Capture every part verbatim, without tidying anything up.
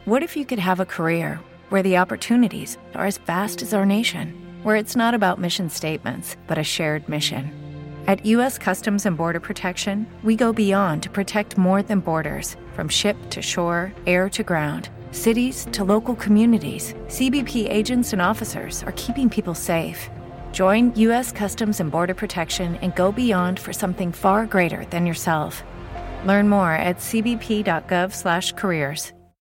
What if you could have a career where the opportunities are as vast as our nation, where it's not about mission statements, but a shared mission? At U S Customs and Border Protection, we go beyond to protect more than borders. From ship to shore, air to ground, cities to local communities, C B P agents and officers are keeping people safe. Join U S Customs and Border Protection and go beyond for something far greater than yourself. Learn more at c b p dot gov slash careers.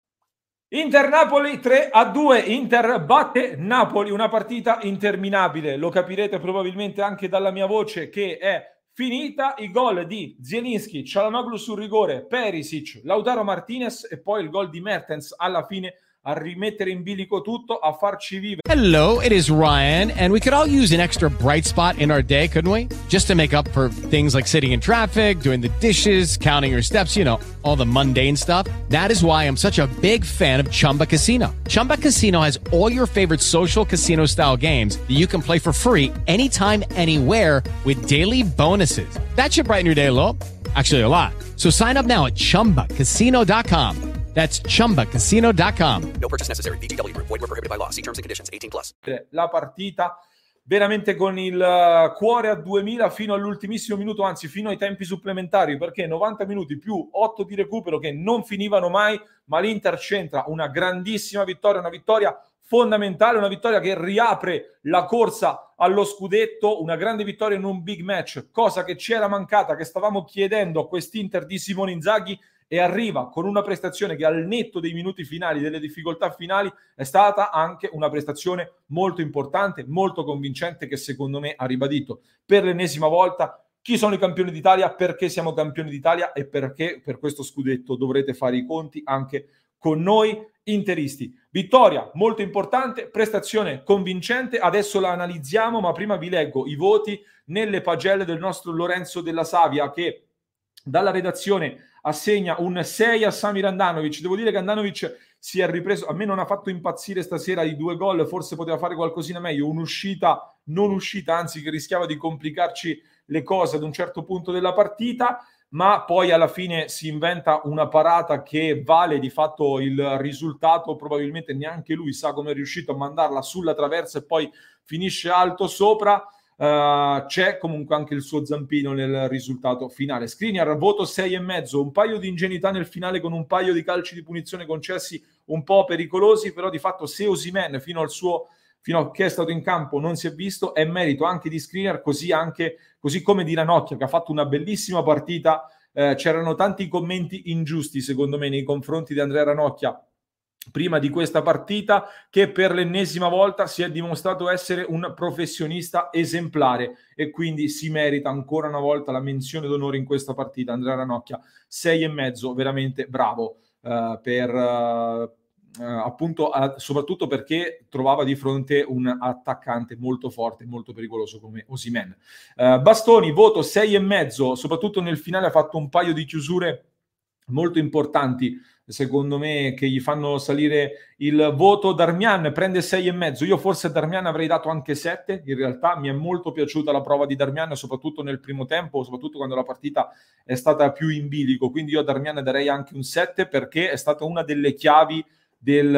Inter Napoli tre a due, Inter batte Napoli, una partita interminabile, lo capirete probabilmente anche dalla mia voce che è finita. I gol di Zielinski, Çalhanoğlu sul rigore, Perisic, Lautaro Martinez e poi il gol di Mertens alla fine a rimettere in bilico tutto, a farci vivere. Hello, it is Ryan, and we could all use an extra bright spot in our day, couldn't we? Just to make up for things like sitting in traffic, doing the dishes, counting your steps, you know, all the mundane stuff. That is why I'm such a big fan of Chumba Casino. Chumba Casino has all your favorite social casino style games that you can play for free anytime, anywhere with daily bonuses. That should brighten your day a little. Actually, a lot. So sign up now at chumba casino dot com. That's chumba casino dot com. No purchase necessary. V G W Group. Void where prohibited by law. See terms and conditions. eighteen plus. La partita veramente con il cuore a duemila fino all'ultimissimo minuto, anzi fino ai tempi supplementari, perché novanta minuti più otto di recupero che non finivano mai, ma l'Inter centra una grandissima vittoria, una vittoria fondamentale, una vittoria che riapre la corsa allo scudetto, una grande vittoria in un big match, cosa che ci era mancata, che stavamo chiedendo a quest'Inter di Simone Inzaghi, e arriva con una prestazione che al netto dei minuti finali, delle difficoltà finali, è stata anche una prestazione molto importante, molto convincente, che secondo me ha ribadito per l'ennesima volta chi sono i campioni d'Italia, perché siamo campioni d'Italia e perché per questo scudetto dovrete fare i conti anche con noi interisti. Vittoria molto importante, prestazione convincente, adesso la analizziamo, ma prima vi leggo i voti nelle pagelle del nostro Lorenzo Della Savia, che dalla redazione assegna un sei a Samir Handanovic. Devo dire che Handanovic si è ripreso, a me non ha fatto impazzire stasera, i due gol, forse poteva fare qualcosina meglio, un'uscita non uscita, anzi che rischiava di complicarci le cose ad un certo punto della partita, ma poi alla fine si inventa una parata che vale di fatto il risultato, probabilmente neanche lui sa come è riuscito a mandarla sulla traversa e poi finisce alto sopra. Uh, c'è comunque anche il suo zampino nel risultato finale. Skriniar, voto sei e mezzo, un paio di ingenuità nel finale con un paio di calci di punizione concessi un po' pericolosi, però di fatto se Osimhen fino al suo fino a che è stato in campo non si è visto, è merito anche di Skriniar, così anche così come di Ranocchia, che ha fatto una bellissima partita. Eh, c'erano tanti commenti ingiusti secondo me nei confronti di Andrea Ranocchia prima di questa partita, che per l'ennesima volta si è dimostrato essere un professionista esemplare e quindi si merita ancora una volta la menzione d'onore in questa partita. Andrea Ranocchia sei e mezzo, veramente bravo, uh, per uh, uh, appunto uh, soprattutto perché trovava di fronte un attaccante molto forte, molto pericoloso come Osimhen. Uh, Bastoni, voto sei e mezzo, soprattutto nel finale ha fatto un paio di chiusure molto importanti secondo me che gli fanno salire il voto. Darmian prende sei e mezzo, io forse a Darmian avrei dato anche sette, in realtà mi è molto piaciuta la prova di Darmian, soprattutto nel primo tempo, soprattutto quando la partita è stata più in bilico, quindi io a Darmian darei anche un sette perché è stata una delle chiavi del,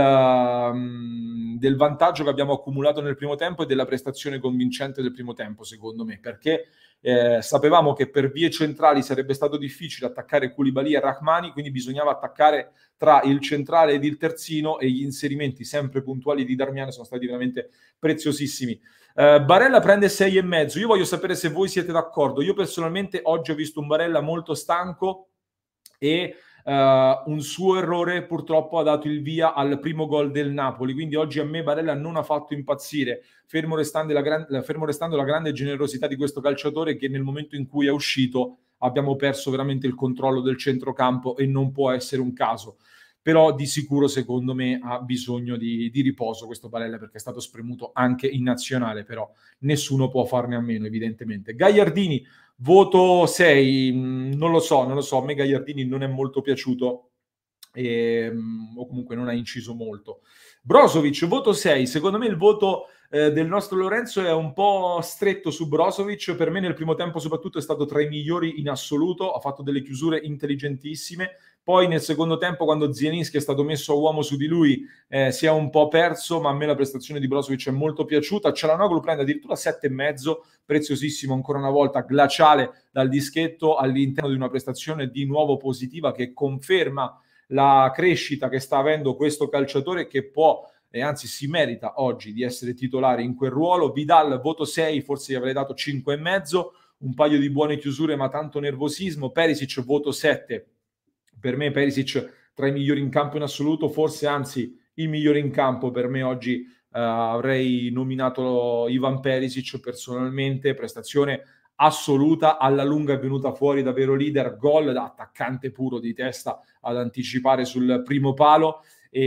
um, del vantaggio che abbiamo accumulato nel primo tempo e della prestazione convincente del primo tempo, secondo me, perché eh, sapevamo che per vie centrali sarebbe stato difficile attaccare Koulibaly e Rachmani, quindi bisognava attaccare tra il centrale ed il terzino, e gli inserimenti sempre puntuali di Darmian sono stati veramente preziosissimi. Uh, Barella prende sei e mezzo, io voglio sapere se voi siete d'accordo. Io personalmente oggi ho visto un Barella molto stanco e Uh, un suo errore purtroppo ha dato il via al primo gol del Napoli, quindi oggi a me Barella non ha fatto impazzire, fermo restando la, gran- fermo restando la grande generosità di questo calciatore, che nel momento in cui è uscito abbiamo perso veramente il controllo del centrocampo e non può essere un caso. Però di sicuro secondo me ha bisogno di, di riposo questo Barella, perché è stato spremuto anche in nazionale, però nessuno può farne a meno evidentemente. Gagliardini, voto sei, non lo so, non lo so, a me Gagliardini non è molto piaciuto e, o comunque non ha inciso molto. Brozovic, voto sei, secondo me il voto eh, del nostro Lorenzo è un po' stretto su Brozovic, per me nel primo tempo soprattutto è stato tra i migliori in assoluto, ha fatto delle chiusure intelligentissime, Poi nel secondo tempo, quando Zielinski è stato messo a uomo su di lui, eh, si è un po' perso, ma a me la prestazione di Brozovic è molto piaciuta. Çalhanoğlu prende addirittura sette e mezzo, preziosissimo ancora una volta, glaciale dal dischetto all'interno di una prestazione di nuovo positiva che conferma la crescita che sta avendo questo calciatore, che può e anzi si merita oggi di essere titolare in quel ruolo. Vidal voto sei, forse gli avrei dato cinque e mezzo, un paio di buone chiusure ma tanto nervosismo. Perisic voto sette, per me Perisic tra i migliori in campo in assoluto, forse anzi il migliore in campo per me oggi. Uh, avrei nominato Ivan Perisic personalmente, prestazione assoluta, alla lunga è venuta fuori davvero leader, gol da attaccante puro di testa ad anticipare sul primo palo,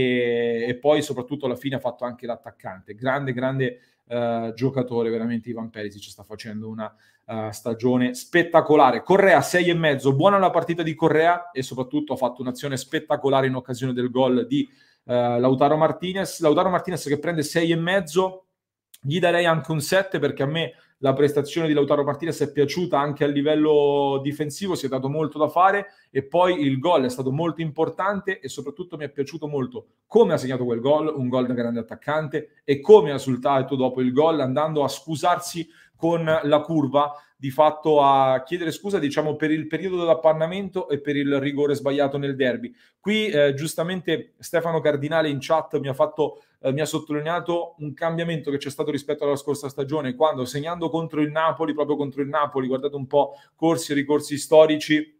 e, e poi soprattutto alla fine ha fatto anche l'attaccante. Grande grande uh, giocatore veramente Ivan Perisic, sta facendo una uh, stagione spettacolare. Correa sei e mezzo, buona la partita di Correa e soprattutto ha fatto un'azione spettacolare in occasione del gol di Uh, Lautaro Martinez. Lautaro Martinez che prende sei e mezzo, gli darei anche un sette, perché a me la prestazione di Lautaro Martinez è piaciuta anche a livello difensivo, si è dato molto da fare e poi il gol è stato molto importante e soprattutto mi è piaciuto molto come ha segnato quel gol, un gol da grande attaccante, e come ha risultato dopo il gol andando a scusarsi con la curva, di fatto a chiedere scusa, diciamo, per il periodo d'appannamento e per il rigore sbagliato nel derby. Qui eh, giustamente Stefano Cardinale in chat mi ha fatto eh, mi ha sottolineato un cambiamento che c'è stato rispetto alla scorsa stagione, quando segnando contro il Napoli, proprio contro il Napoli, guardate un po' corsi e ricorsi storici,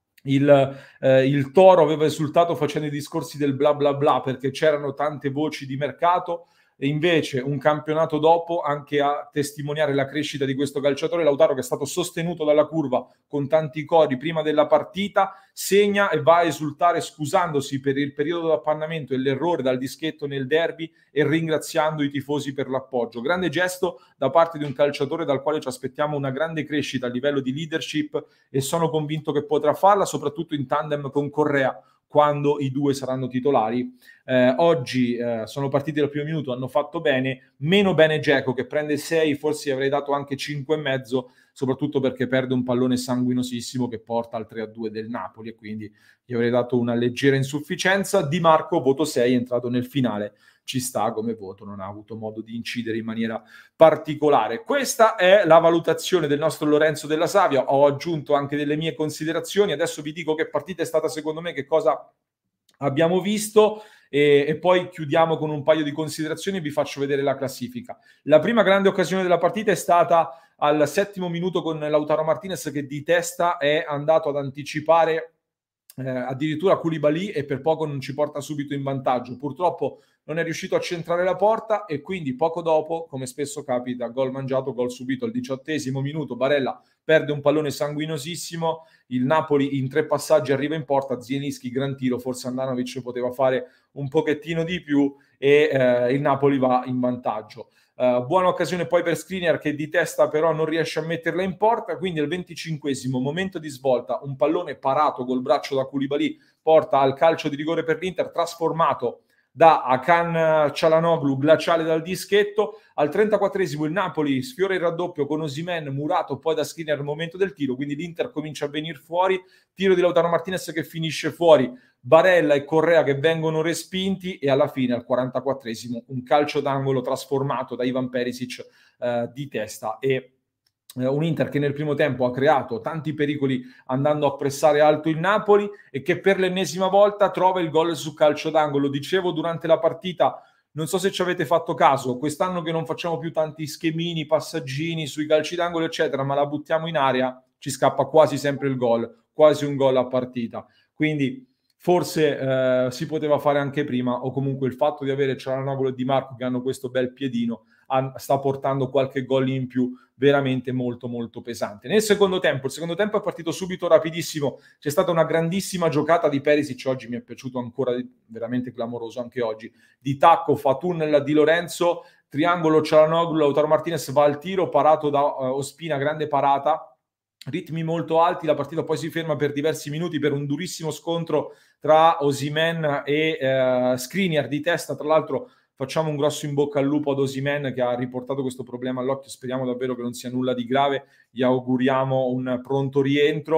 il, eh, il Toro aveva esultato facendo i discorsi del bla bla bla perché c'erano tante voci di mercato, e invece un campionato dopo, anche a testimoniare la crescita di questo calciatore, Lautaro, che è stato sostenuto dalla curva con tanti cori prima della partita, segna e va a esultare scusandosi per il periodo d'appannamento e l'errore dal dischetto nel derby e ringraziando i tifosi per l'appoggio. Grande gesto da parte di un calciatore dal quale ci aspettiamo una grande crescita a livello di leadership, e sono convinto che potrà farla soprattutto in tandem con Correa quando i due saranno titolari. Eh, oggi eh, sono partiti dal primo minuto, hanno fatto bene, meno bene Dzeko che prende sei, forse gli avrei dato anche cinque e mezzo, soprattutto perché perde un pallone sanguinosissimo che porta al tre a due del Napoli, e quindi gli avrei dato una leggera insufficienza. Di Marco voto sei, è entrato nel finale, ci sta come voto, non ha avuto modo di incidere in maniera particolare. Questa è la valutazione del nostro Lorenzo Della Savia. Ho aggiunto anche delle mie considerazioni, adesso vi dico che partita è stata secondo me, che cosa abbiamo visto, e, e poi chiudiamo con un paio di considerazioni e vi faccio vedere la classifica. La prima grande occasione della partita è stata al settimo minuto con Lautaro Martinez, che di testa è andato ad anticipare eh, addirittura Koulibaly, e per poco non ci porta subito in vantaggio. Purtroppo non è riuscito a centrare la porta, e quindi poco dopo, come spesso capita, gol mangiato, gol subito. Al diciottesimo minuto Barella perde un pallone sanguinosissimo, il Napoli in tre passaggi arriva in porta, Zielinski gran tiro, forse Andanovic poteva fare un pochettino di più, e eh, il Napoli va in vantaggio. Uh, buona occasione poi per Skriniar, che di testa però non riesce a metterla in porta, quindi al venticinquesimo, momento di svolta, un pallone parato col braccio da Koulibaly porta al calcio di rigore per l'Inter, trasformato da Hakan Çalhanoğlu, glaciale dal dischetto. Al trentaquattresimo il Napoli sfiora il raddoppio con Osimhen, murato poi da Skriniar al momento del tiro, quindi l'Inter comincia a venire fuori, tiro di Lautaro Martinez che finisce fuori, Barella e Correa che vengono respinti, e alla fine al quarantaquattresimo un calcio d'angolo trasformato da Ivan Perisic eh, di testa, e un Inter che nel primo tempo ha creato tanti pericoli andando a pressare alto il Napoli, e che per l'ennesima volta trova il gol su calcio d'angolo. Dicevo durante la partita, non so se ci avete fatto caso, quest'anno che non facciamo più tanti schemini, passaggini sui calci d'angolo eccetera, ma la buttiamo in aria, ci scappa quasi sempre il gol, quasi un gol a partita. Quindi forse eh, si poteva fare anche prima, o comunque il fatto di avere Çalhanoğlu e Di Marco che hanno questo bel piedino sta portando qualche gol in più veramente molto molto pesante. Nel secondo tempo, il secondo tempo è partito subito rapidissimo, c'è stata una grandissima giocata di Perisic, oggi mi è piaciuto ancora, veramente clamoroso anche oggi, di tacco fa tunnel di Lorenzo, triangolo Çalhanoğlu, Lautaro Martinez va al tiro, parato da uh, Ospina, grande parata, ritmi molto alti, la partita poi si ferma per diversi minuti per un durissimo scontro tra Osimhen e uh, Skriniar di testa. Tra l'altro facciamo un grosso in bocca al lupo ad Osimhen, che ha riportato questo problema all'occhio, speriamo davvero che non sia nulla di grave, gli auguriamo un pronto rientro.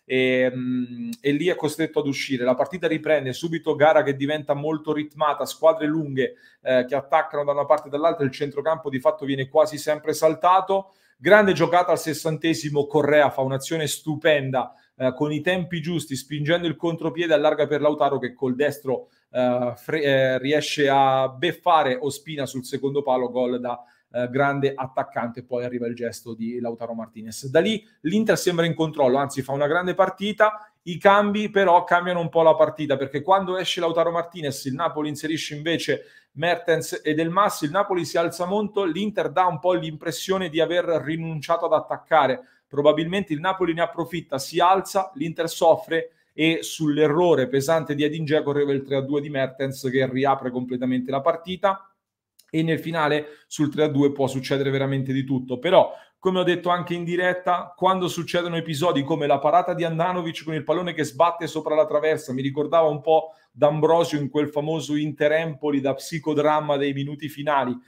e, mh, e lì è costretto ad uscire. La partita riprende, subito gara che diventa molto ritmata, squadre lunghe eh, che attaccano da una parte e dall'altra, il centrocampo di fatto viene quasi sempre saltato. Grande giocata al sessantesimo, Correa fa un'azione stupenda eh, con i tempi giusti, spingendo il contropiede, allarga per Lautaro che col destro eh, fre- eh, riesce a beffare Ospina sul secondo palo, gol da eh, grande attaccante. Poi arriva il gesto di Lautaro Martinez. Da lì l'Inter sembra in controllo, anzi fa una grande partita. I cambi però cambiano un po' la partita, perché quando esce Lautaro Martinez il Napoli inserisce invece Mertens e Del Mas, il Napoli si alza molto, l'Inter dà un po' l'impressione di aver rinunciato ad attaccare, probabilmente il Napoli ne approfitta, si alza, l'Inter soffre e sull'errore pesante di Edin Dzeko arriva il tre a due di Mertens che riapre completamente la partita, e nel finale sul tre a due può succedere veramente di tutto. Però, come ho detto anche in diretta, quando succedono episodi come la parata di Handanovic con il pallone che sbatte sopra la traversa, mi ricordava un po' D'Ambrosio in quel famoso Inter-Empoli da psicodramma dei minuti finali,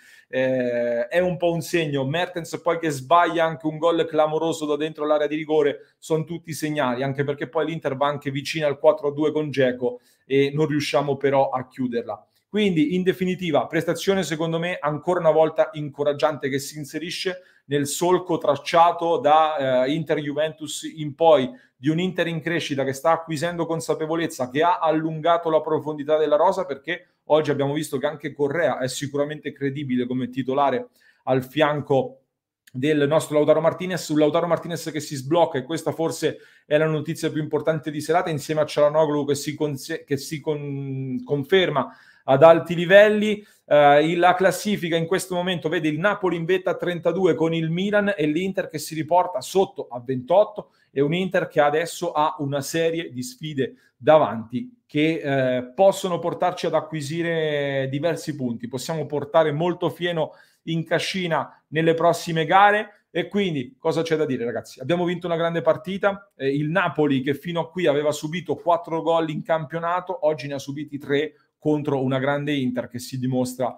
eh, è un po' un segno. Mertens poi che sbaglia anche un gol clamoroso da dentro l'area di rigore, sono tutti segnali, anche perché poi l'Inter va anche vicina al quattro a due con Dzeko e non riusciamo però a chiuderla. Quindi, in definitiva, prestazione secondo me ancora una volta incoraggiante, che si inserisce nel solco tracciato da eh, Inter-Juventus in poi, di un Inter in crescita che sta acquisendo consapevolezza, che ha allungato la profondità della rosa, perché oggi abbiamo visto che anche Correa è sicuramente credibile come titolare al fianco del nostro Lautaro Martinez. Un Lautaro Martinez che si sblocca, e questa forse è la notizia più importante di serata, insieme a Çalhanoğlu che si, conse- che si con- conferma ad alti livelli. Uh, la classifica in questo momento vede il Napoli in vetta a trentadue con il Milan e l'Inter che si riporta sotto a ventotto, e un Inter che adesso ha una serie di sfide davanti che eh, possono portarci ad acquisire diversi punti. Possiamo portare molto fieno in cascina nelle prossime gare, e quindi cosa c'è da dire, ragazzi? Abbiamo vinto una grande partita, eh, il Napoli che fino a qui aveva subito quattro gol in campionato, oggi ne ha subiti tre contro una grande Inter che si dimostra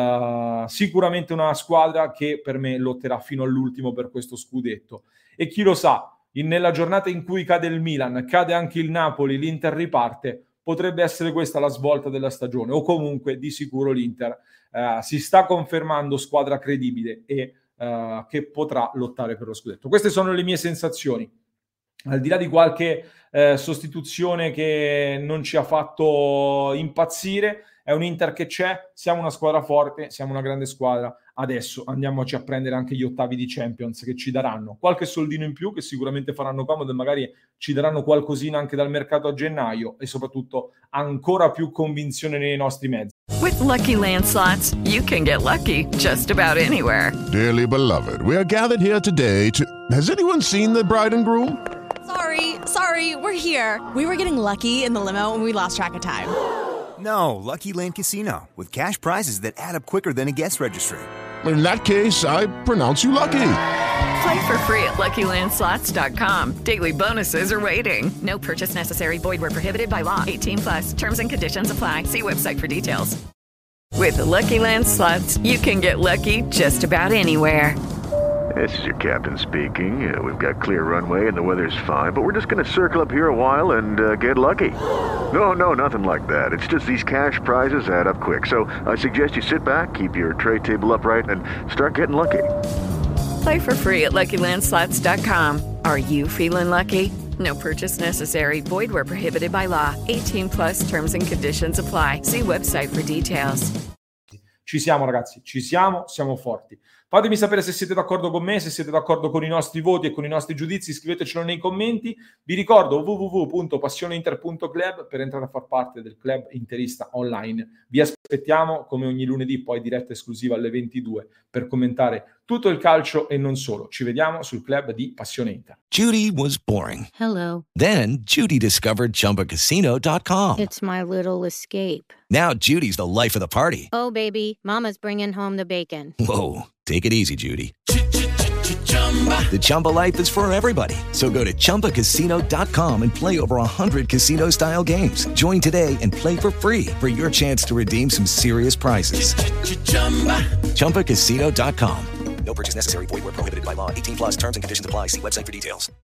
uh, sicuramente una squadra che per me lotterà fino all'ultimo per questo scudetto. E chi lo sa, in, nella giornata in cui cade il Milan, cade anche il Napoli, l'Inter riparte, potrebbe essere questa la svolta della stagione, o comunque di sicuro l'Inter uh, si sta confermando squadra credibile e uh, che potrà lottare per lo scudetto. Queste sono le mie sensazioni. Al di là di qualche eh, sostituzione che non ci ha fatto impazzire, è un Inter che c'è, siamo una squadra forte, siamo una grande squadra. Adesso andiamoci a prendere anche gli ottavi di Champions, che ci daranno qualche soldino in più, che sicuramente faranno comodo, e magari ci daranno qualcosina anche dal mercato a gennaio, e soprattutto ancora più convinzione nei nostri mezzi. With Lucky Land Slots, you can get lucky just about anywhere. Dearly beloved, we are gathered here today to... Has anyone seen the bride and groom? Sorry, sorry, we're here. We were getting lucky in the limo and we lost track of time. No, Lucky Land Casino, with cash prizes that add up quicker than a guest registry. In that case, I pronounce you lucky. Play for free at Lucky Land Slots dot com. Daily bonuses are waiting. No purchase necessary. Void where prohibited by law. eighteen plus. Terms and conditions apply. See website for details. With the Lucky Land Slots, you can get lucky just about anywhere. This is your captain speaking. Uh, we've got clear runway and the weather's fine, but we're just going to circle up here a while and uh, get lucky. No, no, nothing like that. It's just these cash prizes add up quick. So I suggest you sit back, keep your tray table upright, and start getting lucky. Play for free at Lucky Land Slots dot com. Are you feeling lucky? No purchase necessary. Void where prohibited by law. eighteen plus terms and conditions apply. See website for details. Ci siamo, ragazzi, ci siamo, siamo forti. Fatemi sapere se siete d'accordo con me, se siete d'accordo con i nostri voti e con i nostri giudizi, scrivetecelo nei commenti. Vi ricordo w w w punto passioneinter punto club per entrare a far parte del club interista online. Vi aspettiamo come ogni lunedì, poi diretta esclusiva alle ventidue per commentare tutto il calcio e non solo. Ci vediamo sul club di Passione Inter. Judy was boring. Hello. Then Judy discovered Chumba Casino dot com. It's my little escape. Now Judy's the life of the party. Oh, baby, mama's bringing home the bacon. Whoa, take it easy, Judy. The Chumba life is for everybody. So go to Chumba Casino dot com and play over one hundred casino-style games. Join today and play for free for your chance to redeem some serious prizes. Chumba Casino dot com. No purchase necessary. Void where prohibited by law. eighteen plus terms and conditions apply. See website for details.